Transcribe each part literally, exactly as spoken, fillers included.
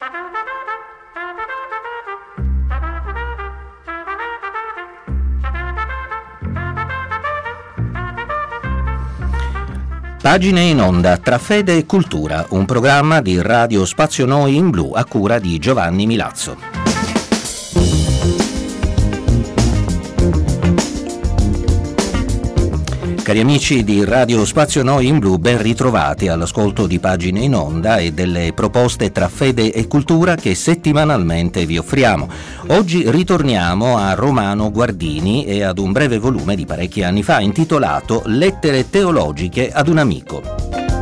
Pagine in onda tra fede e cultura, un programma di Radio Spazio Noi in Blu a cura di Giovanni Milazzo. Cari amici di Radio Spazio Noi in Blu, ben ritrovati all'ascolto di Pagine in onda e delle proposte tra fede e cultura che settimanalmente vi offriamo. Oggi ritorniamo a Romano Guardini e ad un breve volume di parecchi anni fa intitolato Lettere teologiche ad un amico.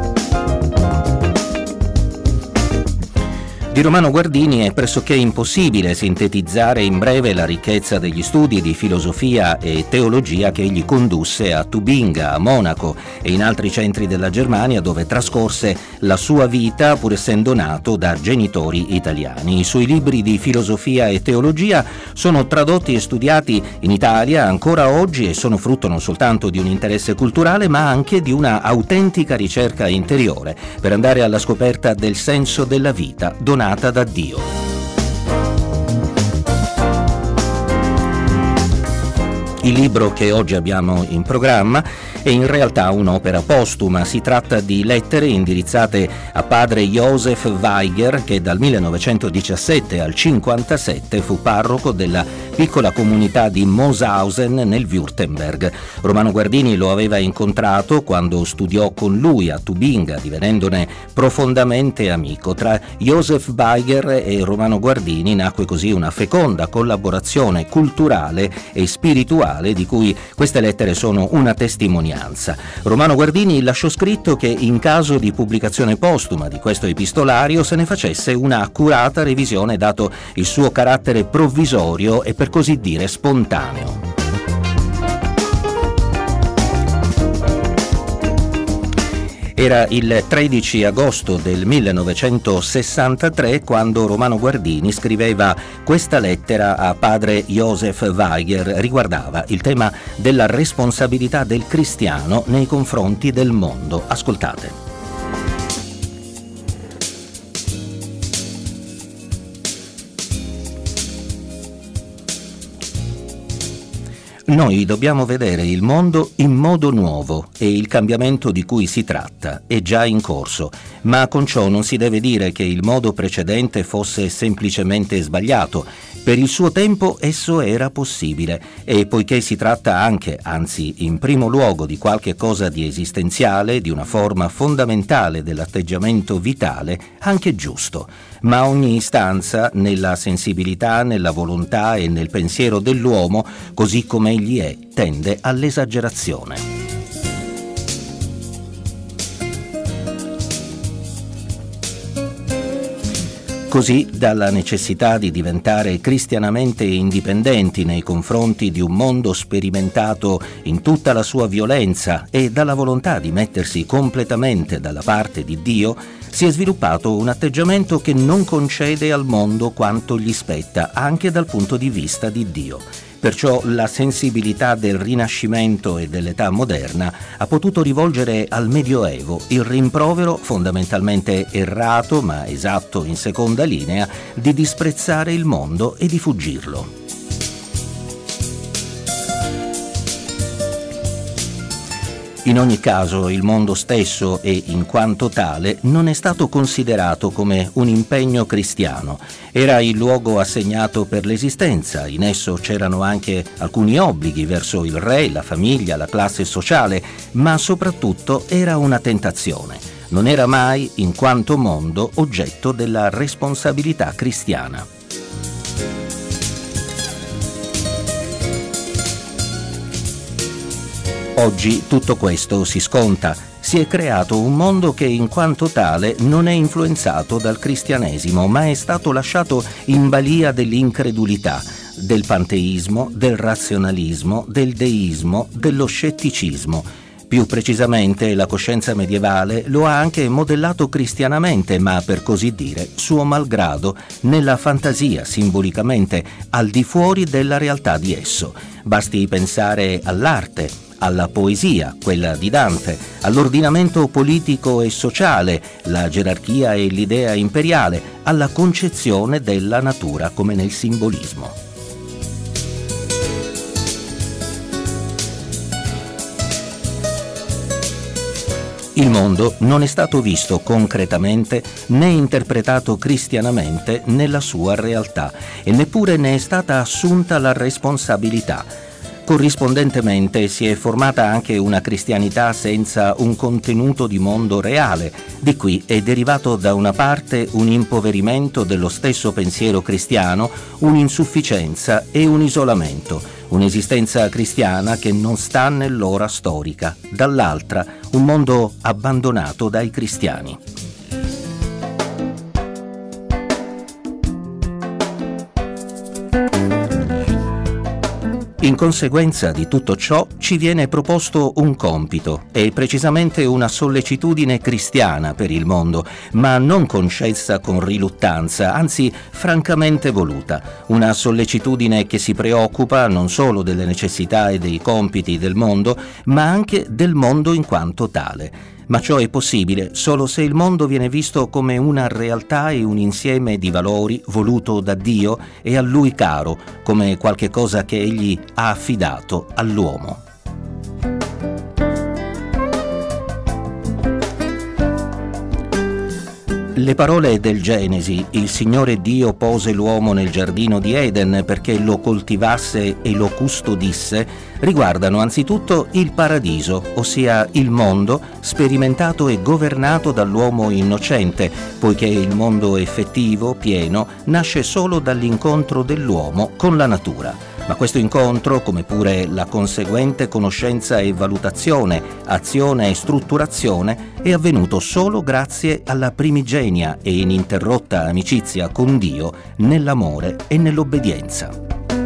Di Romano Guardini è pressoché impossibile sintetizzare in breve la ricchezza degli studi di filosofia e teologia che egli condusse a Tubinga, a Monaco e in altri centri della Germania, dove trascorse la sua vita pur essendo nato da genitori italiani. I suoi libri di filosofia e teologia sono tradotti e studiati in Italia ancora oggi e sono frutto non soltanto di un interesse culturale ma anche di una autentica ricerca interiore per andare alla scoperta del senso della vita donata da Dio. Il libro che oggi abbiamo in programma è in realtà un'opera postuma. Si tratta di lettere indirizzate a padre Josef Weiger, che dal millenovecentodiciassette al cinquantasette fu parroco della piccola comunità di Moshausen nel Württemberg. Romano Guardini lo aveva incontrato quando studiò con lui a Tubinga, divenendone profondamente amico. Tra Josef Weiger e Romano Guardini nacque così una feconda collaborazione culturale e spirituale di cui queste lettere sono una testimonianza. Romano Guardini lasciò scritto che in caso di pubblicazione postuma di questo epistolario se ne facesse una accurata revisione, dato il suo carattere provvisorio e per così dire spontaneo. Era il tredici agosto del millenovecentosessantatré quando Romano Guardini scriveva questa lettera a padre Josef Weiger. Riguardava il tema della responsabilità del cristiano nei confronti del mondo. Ascoltate. Noi dobbiamo vedere il mondo in modo nuovo e il cambiamento di cui si tratta è già in corso, ma con ciò non si deve dire che il modo precedente fosse semplicemente sbagliato. Per il suo tempo esso era possibile e poiché si tratta anche, anzi in primo luogo, di qualche cosa di esistenziale, di una forma fondamentale dell'atteggiamento vitale, anche giusto. Ma ogni istanza, nella sensibilità, nella volontà e nel pensiero dell'uomo, così come egli è, tende all'esagerazione. Così, dalla necessità di diventare cristianamente indipendenti nei confronti di un mondo sperimentato in tutta la sua violenza e dalla volontà di mettersi completamente dalla parte di Dio, si è sviluppato un atteggiamento che non concede al mondo quanto gli spetta, anche dal punto di vista di Dio. Perciò la sensibilità del Rinascimento e dell'età moderna ha potuto rivolgere al Medioevo il rimprovero, fondamentalmente errato ma esatto in seconda linea, di disprezzare il mondo e di fuggirlo. In ogni caso, il mondo stesso e in quanto tale non è stato considerato come un impegno cristiano. Era il luogo assegnato per l'esistenza, in esso c'erano anche alcuni obblighi verso il re, la famiglia, la classe sociale, ma soprattutto era una tentazione. Non era mai, in quanto mondo, oggetto della responsabilità cristiana. Oggi tutto questo si sconta. Si è creato un mondo che in quanto tale non è influenzato dal cristianesimo, ma è stato lasciato in balia dell'incredulità, del panteismo, del razionalismo, del deismo, dello scetticismo. Più precisamente, la coscienza medievale lo ha anche modellato cristianamente, ma per così dire, suo malgrado, nella fantasia, simbolicamente, al di fuori della realtà di esso. Basti pensare all'arte, alla poesia, quella di Dante, all'ordinamento politico e sociale, la gerarchia e l'idea imperiale, alla concezione della natura come nel simbolismo. Il mondo non è stato visto concretamente né interpretato cristianamente nella sua realtà e neppure ne è stata assunta la responsabilità. Corrispondentemente si è formata anche una cristianità senza un contenuto di mondo reale. Di qui è derivato da una parte un impoverimento dello stesso pensiero cristiano, un'insufficienza e un isolamento, un'esistenza cristiana che non sta nell'ora storica, dall'altra un mondo abbandonato dai cristiani. In conseguenza di tutto ciò ci viene proposto un compito e precisamente una sollecitudine cristiana per il mondo, ma non concessa con riluttanza, anzi francamente voluta. Una sollecitudine che si preoccupa non solo delle necessità e dei compiti del mondo, ma anche del mondo in quanto tale. Ma ciò è possibile solo se il mondo viene visto come una realtà e un insieme di valori voluto da Dio e a Lui caro, come qualche cosa che Egli ha affidato all'uomo. Le parole del Genesi, il Signore Dio pose l'uomo nel giardino di Eden perché lo coltivasse e lo custodisse, riguardano anzitutto il paradiso, ossia il mondo sperimentato e governato dall'uomo innocente, poiché il mondo effettivo, pieno, nasce solo dall'incontro dell'uomo con la natura. Ma questo incontro, come pure la conseguente conoscenza e valutazione, azione e strutturazione, è avvenuto solo grazie alla primigenia e ininterrotta amicizia con Dio nell'amore e nell'obbedienza.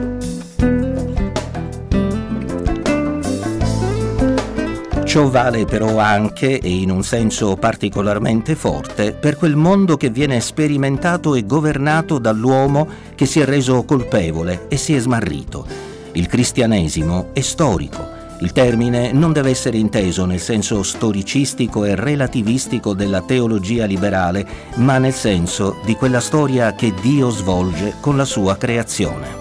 Ciò vale però anche, e in un senso particolarmente forte, per quel mondo che viene sperimentato e governato dall'uomo che si è reso colpevole e si è smarrito. Il cristianesimo è storico. Il termine non deve essere inteso nel senso storicistico e relativistico della teologia liberale, ma nel senso di quella storia che Dio svolge con la sua creazione.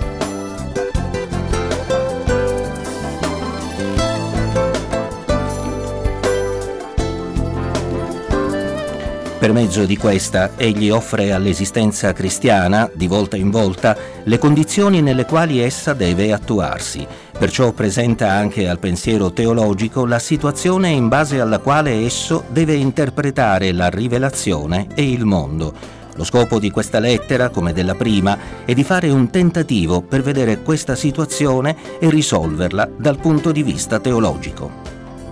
Per mezzo di questa, egli offre all'esistenza cristiana, di volta in volta, le condizioni nelle quali essa deve attuarsi. Perciò presenta anche al pensiero teologico la situazione in base alla quale esso deve interpretare la rivelazione e il mondo. Lo scopo di questa lettera, come della prima, è di fare un tentativo per vedere questa situazione e risolverla dal punto di vista teologico.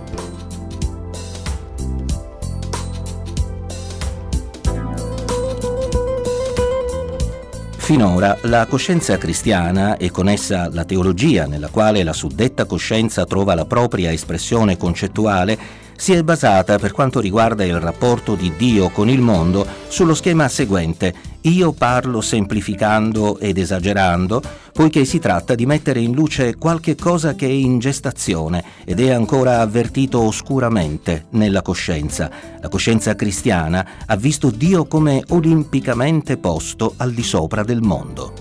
Finora la coscienza cristiana e con essa la teologia nella quale la suddetta coscienza trova la propria espressione concettuale si è basata, per quanto riguarda il rapporto di Dio con il mondo, sullo schema seguente: io parlo semplificando ed esagerando, poiché si tratta di mettere in luce qualche cosa che è in gestazione ed è ancora avvertito oscuramente nella coscienza. La coscienza cristiana ha visto Dio come olimpicamente posto al di sopra del mondo.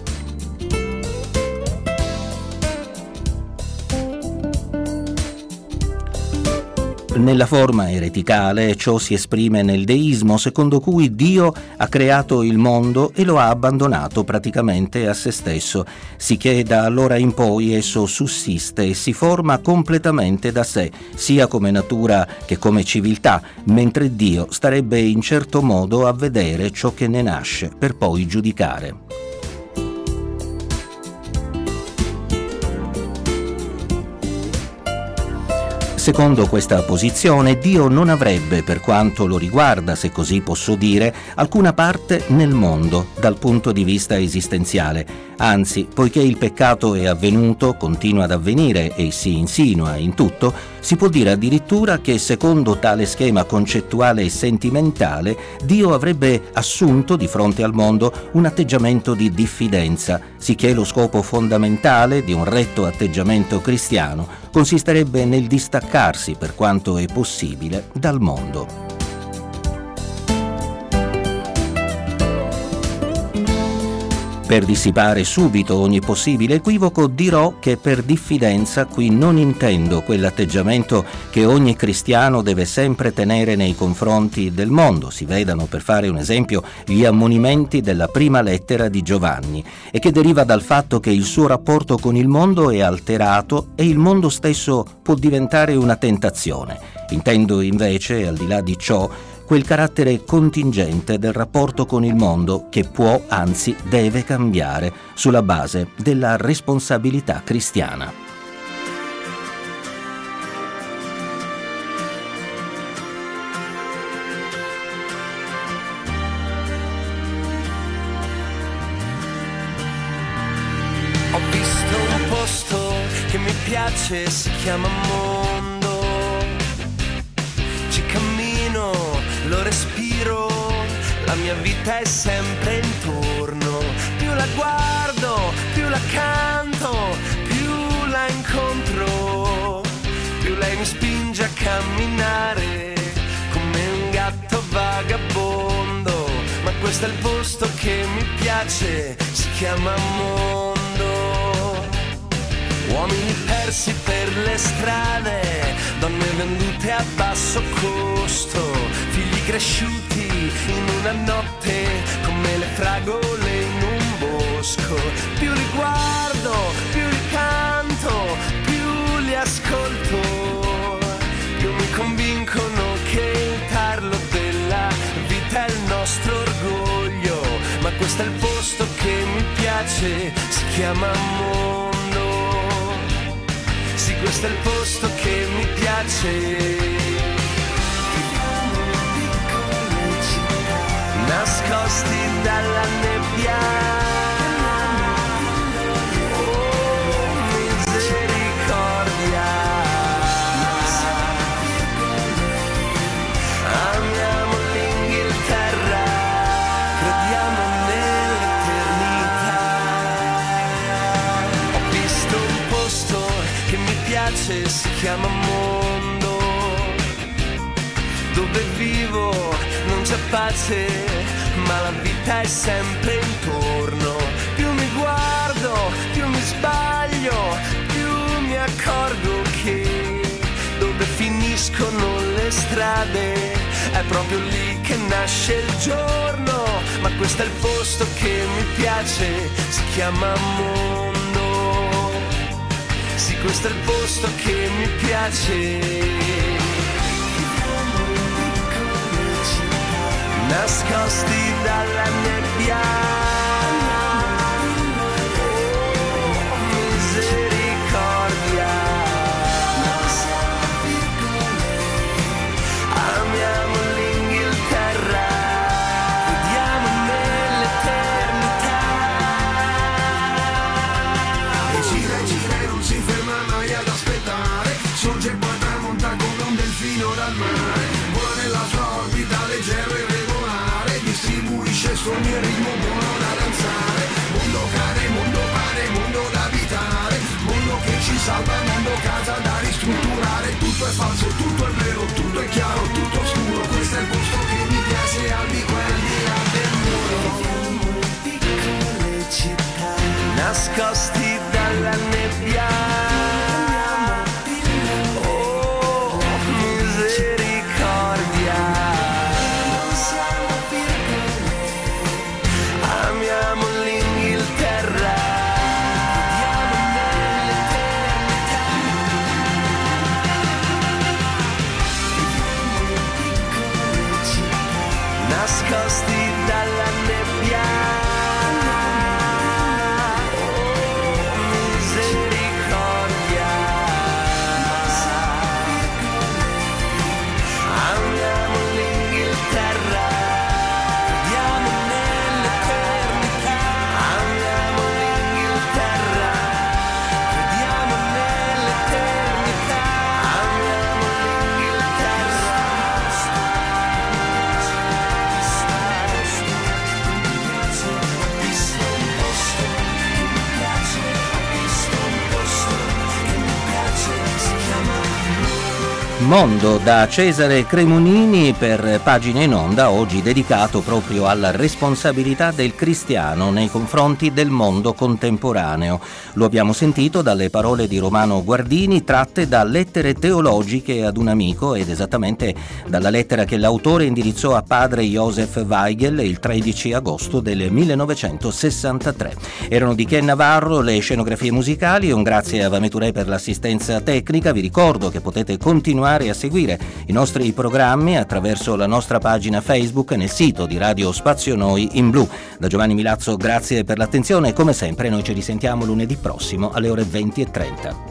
Nella forma ereticale ciò si esprime nel deismo, secondo cui Dio ha creato il mondo e lo ha abbandonato praticamente a se stesso, sicché da allora in poi esso sussiste e si forma completamente da sé, sia come natura che come civiltà, mentre Dio starebbe in certo modo a vedere ciò che ne nasce, per poi giudicare. Secondo questa posizione, Dio non avrebbe, per quanto lo riguarda, se così posso dire, alcuna parte nel mondo dal punto di vista esistenziale. Anzi, poiché il peccato è avvenuto, continua ad avvenire e si insinua in tutto, si può dire addirittura che, secondo tale schema concettuale e sentimentale, Dio avrebbe assunto di fronte al mondo un atteggiamento di diffidenza, sicché lo scopo fondamentale di un retto atteggiamento cristiano consisterebbe nel distaccarsi, per quanto è possibile, dal mondo. Per dissipare subito ogni possibile equivoco, dirò che per diffidenza qui non intendo quell'atteggiamento che ogni cristiano deve sempre tenere nei confronti del mondo. Si vedano, per fare un esempio, gli ammonimenti della prima lettera di Giovanni, e che deriva dal fatto che il suo rapporto con il mondo è alterato e il mondo stesso può diventare una tentazione. Intendo invece, al di là di ciò, quel carattere contingente del rapporto con il mondo che può, anzi deve cambiare sulla base della responsabilità cristiana. Ho visto un posto che mi piace, si chiama mondo. Ci cammino, lo respiro, la mia vita è sempre intorno. Più la guardo, più la canto, più la incontro, più lei mi spinge a camminare come un gatto vagabondo. Ma questo è il posto che mi piace, si chiama mondo. Uomini persi per le strade, donne vendute a basso costo, figli cresciuti in una notte come le fragole in un bosco. Più li guardo, più li canto, più li ascolto, più mi convincono che il tarlo della vita è il nostro orgoglio. Ma questo è il posto che mi piace, si chiama mondo. Sì, questo è il posto che mi piace. Nascosti dalla nebbia, oh misericordia, amiamo l'Inghilterra, crediamo nell'eternità. Ho visto un posto che mi piace, si chiama mondo. Dove vivo non c'è pace, ma la vita è sempre intorno. Più mi guardo, più mi sbaglio, più mi accorgo che dove finiscono le strade è proprio lì che nasce il giorno. Ma questo è il posto che mi piace, si chiama mondo. Sì, questo è il posto che mi piace. Nascosti dalla nebbia, oh misericordia, amiamo l'Inghilterra, crediamo nell'eternità. E gira e gira e non si ferma mai ad aspettare, sorge e poi tramonta come un delfino dal mare, vola nella sua orbita leggero e distribuisce sogni e ritmo buono da danzare. Mondo cane, mondo pane, mondo da abitare, mondo che ci salva, mondo casa da ristrutturare. Tutto è falso, tutto è vero, tutto è chiaro, tutto scuro. Questo è il posto che mi piace, al di qua e al di là del muro. Piccole città nascosti dalla nebbia, nascosti dalla nebbia, oh mondo da Cesare Cremonini per Pagine in Onda, oggi dedicato proprio alla responsabilità del cristiano nei confronti del mondo contemporaneo. Lo abbiamo sentito dalle parole di Romano Guardini tratte da Lettere teologiche ad un amico, ed esattamente dalla lettera che l'autore indirizzò a padre Joseph Weigel il tredici agosto del millenovecentosessantatré. Erano di Ken Navarro le scenografie musicali. Un grazie a Vameturè per l'assistenza tecnica. Vi ricordo che potete continuare a seguire i nostri programmi attraverso la nostra pagina Facebook e nel sito di Radio Spazio Noi in blu. Da Giovanni Milazzo grazie per l'attenzione e come sempre noi ci risentiamo lunedì prossimo alle ore venti e trenta.